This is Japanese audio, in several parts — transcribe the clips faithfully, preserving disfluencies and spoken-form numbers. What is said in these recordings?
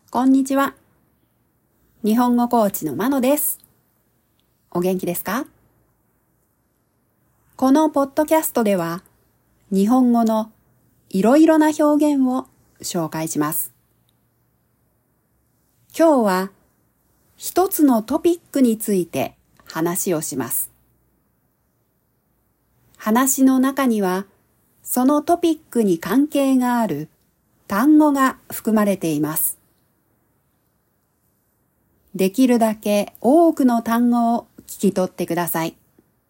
こんにちは。日本語コーチのまのです。お元気ですか？このポッドキャストでは、日本語のいろいろな表現を紹介します。今日は一つのトピックについて話をします。話の中には、そのトピックに関係がある単語が含まれています。できるだけ多くの単語を聞き取ってください。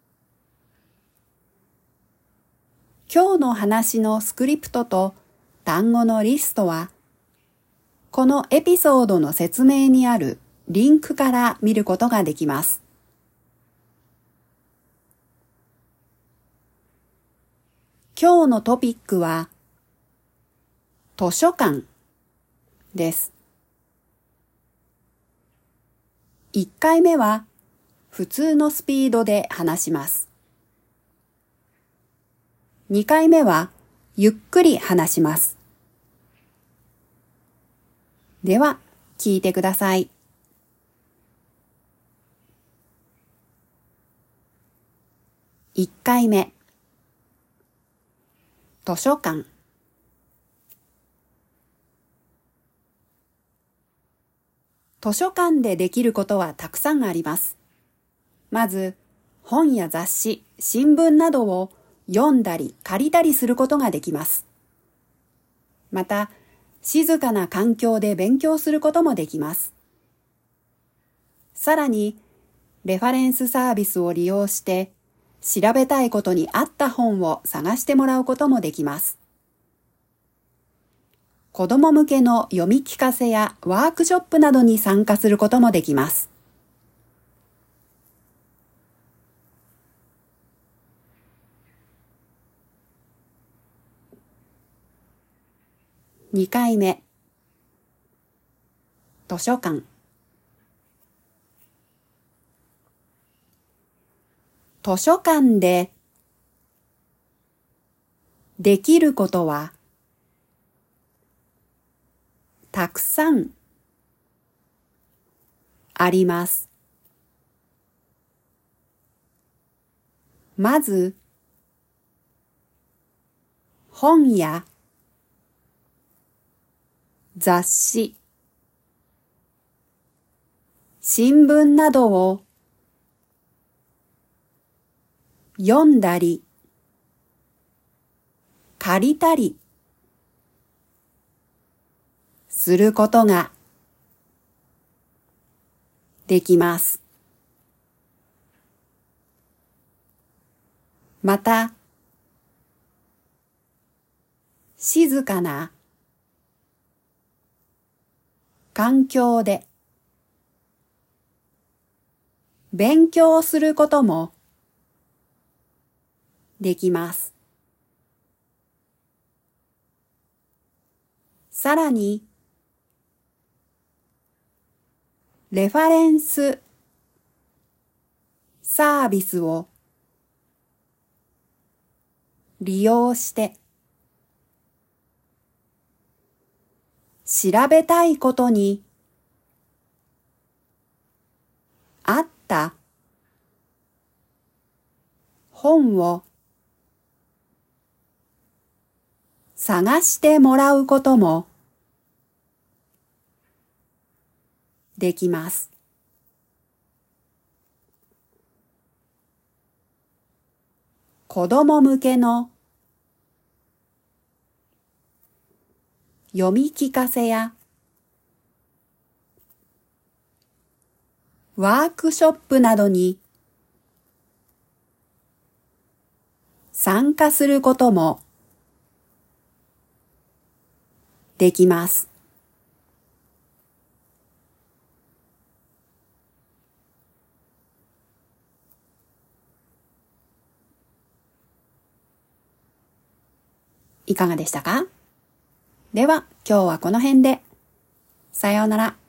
今日の話のスクリプトと単語のリストは、このエピソードの説明にあるリンクから見ることができます。今日のトピックは、図書館です。いっかいめは普通のスピードで話します。にかいめはゆっくり話します。では、聞いてください。いっかいめ、図書館。図書館でできることはたくさんあります。まず、本や雑誌、新聞などを読んだり借りたりすることができます。また、静かな環境で勉強することもできます。さらに、レファレンスサービスを利用して、調べたいことに合った本を探してもらうこともできます。子供向けの読み聞かせやワークショップなどに参加することもできます。にかいめ、図書館。図書館でできることはたくさんあります。まず、本や雑誌、新聞などを読んだり、借りたりすることができます。また、静かな環境で勉強することもできます。さらに、レファレンスサービスを利用して調べたいことに合った本を探してもらうこともできます。子供向けの読み聞かせやワークショップなどに参加することもできます。いかがでしたか？では、今日はこの辺で。さようなら。